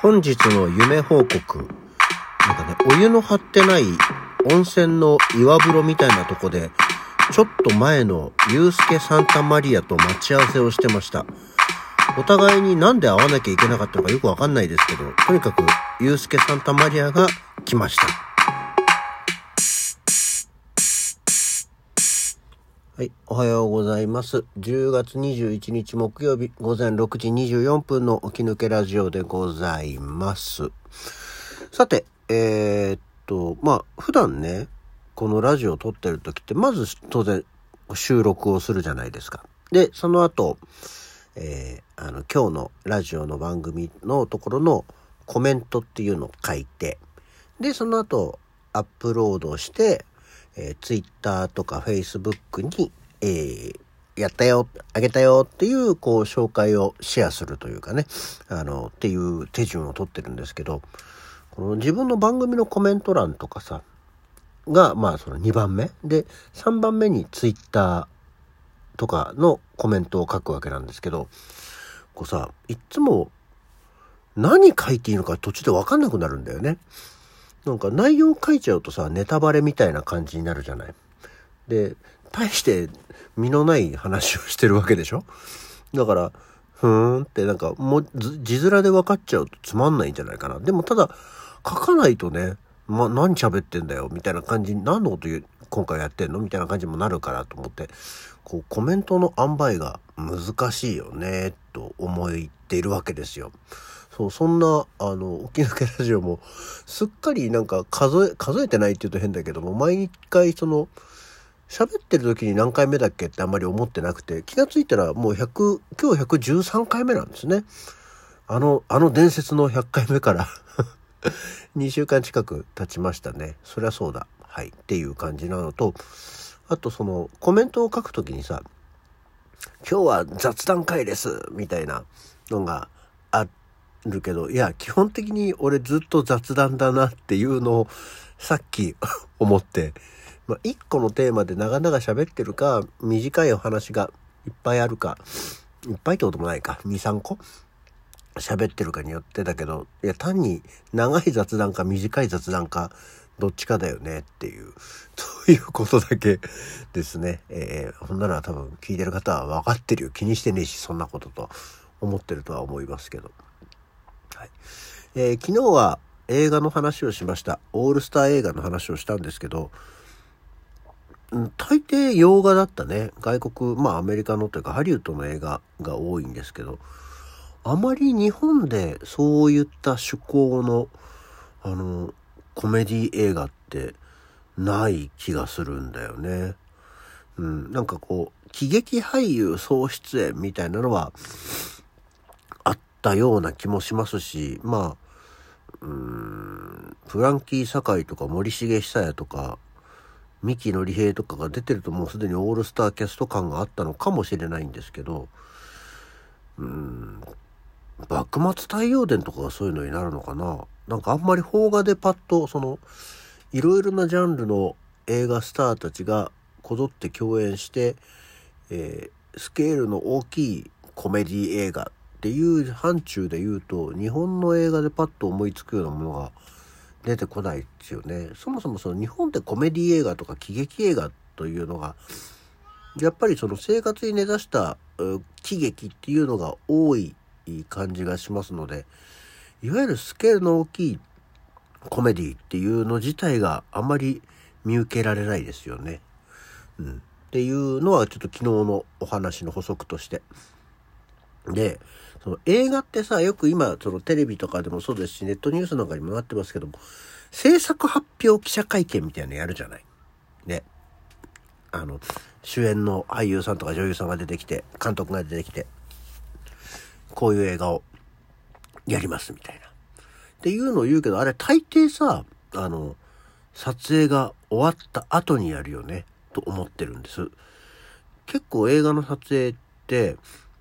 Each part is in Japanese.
本日の夢報告。お湯の張ってない温泉の岩風呂みたいなとこで、ちょっと前のユースケ・サンタマリアと待ち合わせをしてました。お互いになんで会わなきゃいけなかったのかよくわかんないですけど、とにかくユースケ・サンタマリアが来ました。はい、おはようございます。10月21日木曜日午前6時24分の起き抜けラジオでございます。さて、普段ね、このラジオを撮ってる時って、まず当然収録をするじゃないですか。で、その後、今日のラジオの番組のところのコメントっていうのを書いて、で、その後アップロードして、Twitter とか Facebook に、やったよ、あげたよっていう、紹介をシェアするというかね、っていう手順を取ってるんですけど、この自分の番組のコメント欄とかさ、が、その2番目で、3番目に Twitter とかのコメントを書くわけなんですけど、いつも何書いていいのか途中で分かんなくなるんだよね。なんか内容書いちゃうとさ、ネタバレみたいな感じになるじゃない。で、大して身のない話をしてるわけでしょ。だから、ってもう字面で分かっちゃうとつまんないんじゃないかな。でもただ、書かないとね、何喋ってんだよみたいな感じに、何のこと今回やってんのみたいな感じにもなるからと思って、コメントの塩梅が難しいよねと思っているわけですよ。そんな起き抜けラジオもすっかり数えてないって言うと変だけども、毎回喋ってる時に何回目だっけってあんまり思ってなくて、気がついたらもう今日113回目なんですね。あの伝説の100回目から2週間近く経ちましたね。そりゃそうだ。はい。っていう感じなのと、あとコメントを書くときにさ、今日は雑談会ですみたいなのがあるけど、いや、基本的に俺ずっと雑談だなっていうのをさっき思って、一個のテーマで長々喋ってるか、短いお話がいっぱいあるか、いっぱいってこともないか、2、3個喋ってるかによってだけど、いや、単に長い雑談か短い雑談かどっちかだよねっていうということだけですね。ほんなら多分聞いてる方は分かってるよ、気にしてねえし、そんなことと思ってるとは思いますけど、はい。昨日は映画の話をしました。オールスター映画の話をしたんですけど、大抵洋画だったね。外国、アメリカのというかハリウッドの映画が多いんですけど、あまり日本でそういった趣向のコメディ映画ってない気がするんだよね。喜劇俳優総出演みたいなのはあったような気もしますし、フランキー堺とか森重久彌とか三木のり平とかが出てると、もうすでにオールスターキャスト感があったのかもしれないんですけど、幕末太陽伝とかがそういうのになるのかな。あんまり邦画でパッといろいろなジャンルの映画スターたちがこぞって共演して、スケールの大きいコメディ映画っていう範疇で言うと、日本の映画でパッと思いつくようなものが出てこないですよね。そもそも日本でコメディ映画とか喜劇映画というのがやっぱり生活に根ざした喜劇っていうのが多い感じがしますので、いわゆるスケールの大きいコメディっていうの自体があんまり見受けられないですよね。っていうのはちょっと昨日のお話の補足として。で、映画ってさ、よく今テレビとかでもそうですし、ネットニュースなんかにもなってますけども、制作発表記者会見みたいなのやるじゃない。ね。主演の俳優さんとか女優さんが出てきて、監督が出てきて、こういう映画をやりますみたいな。っていうのを言うけど、あれ大抵さ、撮影が終わった後にやるよね、と思ってるんです。結構映画の撮影って、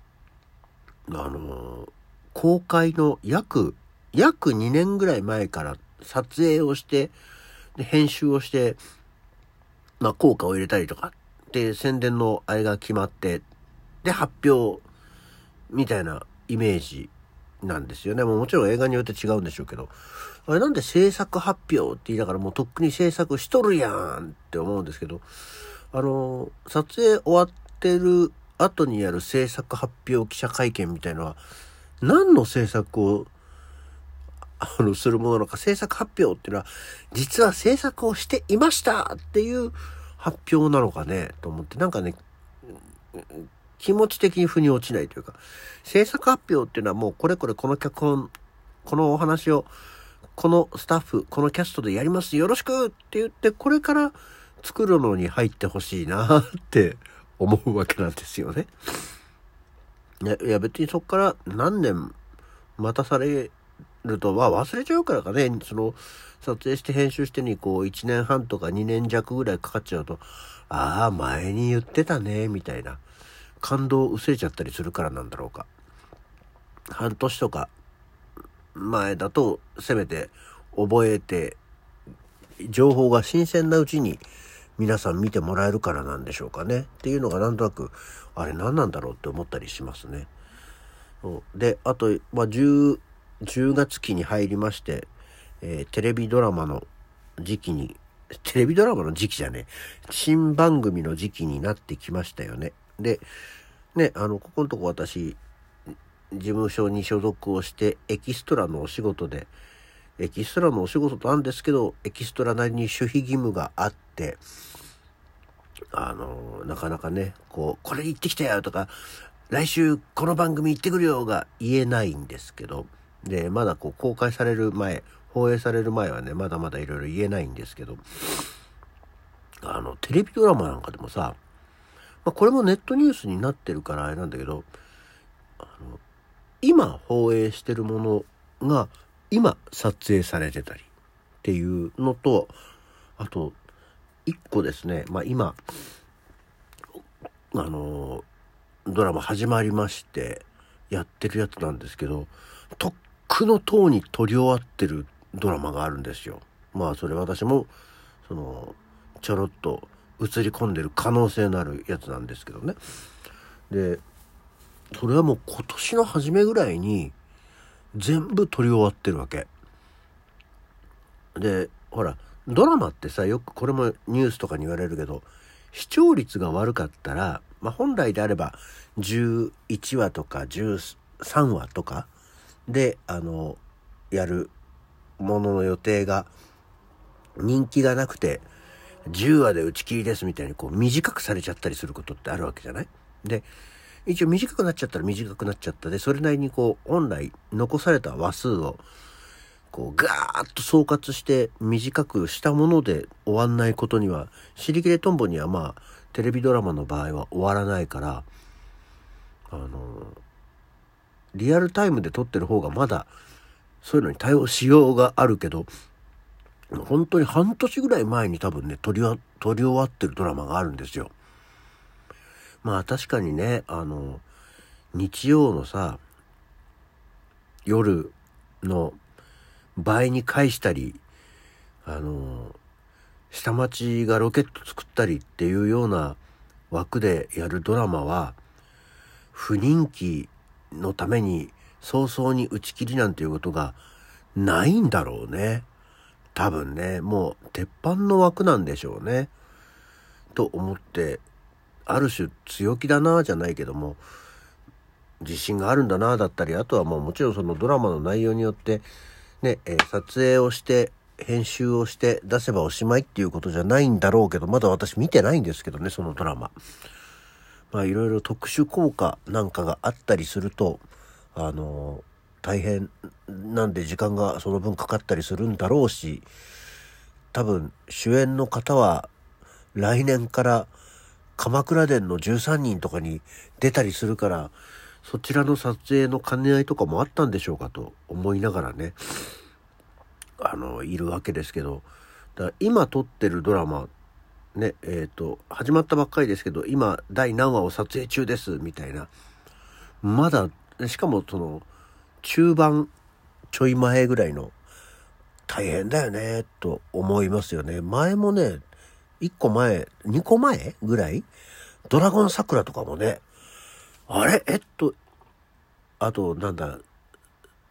公開の約2年ぐらい前から撮影をして、で編集をして、効果を入れたりとか、で宣伝のあれが決まって、で発表みたいなイメージなんですよね。もちろん映画によって違うんでしょうけど、あれなんで制作発表って言いながらもうとっくに制作しとるやんって思うんですけど、撮影終わってる後にやる制作発表記者会見みたいのは、何の制作をするものなのか、制作発表っていうのは実は制作をしていましたっていう発表なのかねと思って、なんかね、気持ち的に腑に落ちないというか、制作発表っていうのはもうこれこれこの脚本、このお話をこのスタッフ、このキャストでやりますよろしくって言って、これから作るのに入ってほしいなって思うわけなんですよね。いや別にそこから何年待たされるとは忘れちゃうからかね、撮影して編集してに1年半とか2年弱ぐらいかかっちゃうと、ああ前に言ってたねみたいな感動薄れちゃったりするからなんだろうか。半年とか前だとせめて覚えて、情報が新鮮なうちに皆さん見てもらえるからなんでしょうかねっていうのがなんとなくあれ何なんだろうって思ったりしますね。であと、10月期に入りまして、テレビドラマの時期じゃね、新番組の時期になってきましたよね。でね、ここのとこ私事務所に所属をしてエキストラのお仕事なんですけど、エキストラなりに守秘義務があって、なかなかねこれ行ってきたよとか、来週この番組行ってくるよが言えないんですけど、でまだ公開される前、放映される前はねまだまだいろいろ言えないんですけど、テレビドラマなんかでもさ、これもネットニュースになってるからあれなんだけど、今放映してるものが今撮影されてたりっていうのと、あと一個ですね、今ドラマ始まりましてやってるやつなんですけど、とっくのとうに撮り終わってるドラマがあるんですよ。それ私もちょろっと映り込んでる可能性のあるやつなんですけどね。でそれはもう今年の初めぐらいに全部撮り終わってるわけで、ほらドラマってさ、よくこれもニュースとかに言われるけど、視聴率が悪かったら、本来であれば11話とか13話とかでやるものの予定が人気がなくて10話で打ち切りですみたいに短くされちゃったりすることってあるわけじゃない。で一応短くなっちゃったら短くなっちゃったで、それなりに本来残された話数をガーッと総括して短くしたもので終わんないことには、尻切れトンボにはテレビドラマの場合は終わらないから、リアルタイムで撮ってる方がまだそういうのに対応しようがあるけど、本当に半年ぐらい前に多分ね撮り終わってるドラマがあるんですよ。確かにね、日曜のさ夜の倍に返したり、下町がロケット作ったりっていうような枠でやるドラマは不人気のために早々に打ち切りなんていうことがないんだろうね。多分ね、もう鉄板の枠なんでしょうねと思って、ある種強気だなじゃないけども自信があるんだなだったり、あとはもちろんそのドラマの内容によってね、撮影をして編集をして出せばおしまいっていうことじゃないんだろうけど、まだ私見てないんですけどね、そのドラマ。いろいろ特殊効果なんかがあったりすると大変なんで時間がその分かかったりするんだろうし、多分主演の方は来年から鎌倉殿の13人とかに出たりするから、そちらの撮影の兼ね合いとかもあったんでしょうかと思いながらねいるわけですけど、だから今撮ってるドラマね、始まったばっかりですけど今第何話を撮影中ですみたいな、まだしかも中盤ちょい前ぐらいの、大変だよねと思いますよね。前もね2個前ぐらいドラゴン桜とかもね、あと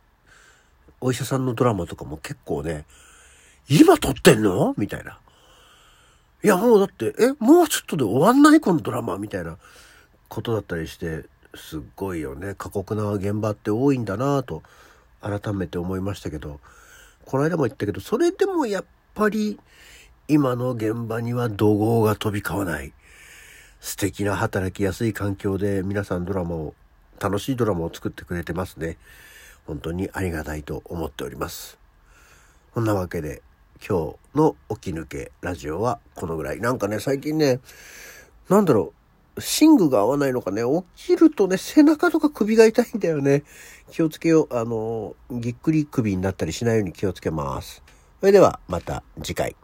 お医者さんのドラマとかも結構ね、今撮ってんのみたいな。いやもうだって、もうちょっとで終わんないこのドラマみたいなことだったりして、すっごいよね。過酷な現場って多いんだなぁと改めて思いましたけど、この間も言ったけど、それでもやっぱり今の現場には怒号が飛び交わない。素敵な働きやすい環境で皆さん楽しいドラマを作ってくれてますね。本当にありがたいと思っております。こんなわけで今日の起き抜けラジオはこのぐらい。なんかね、最近ね、寝具が合わないのかね、起きるとね、背中とか首が痛いんだよね。気をつけよう。ぎっくり首になったりしないように気をつけます。それではまた次回。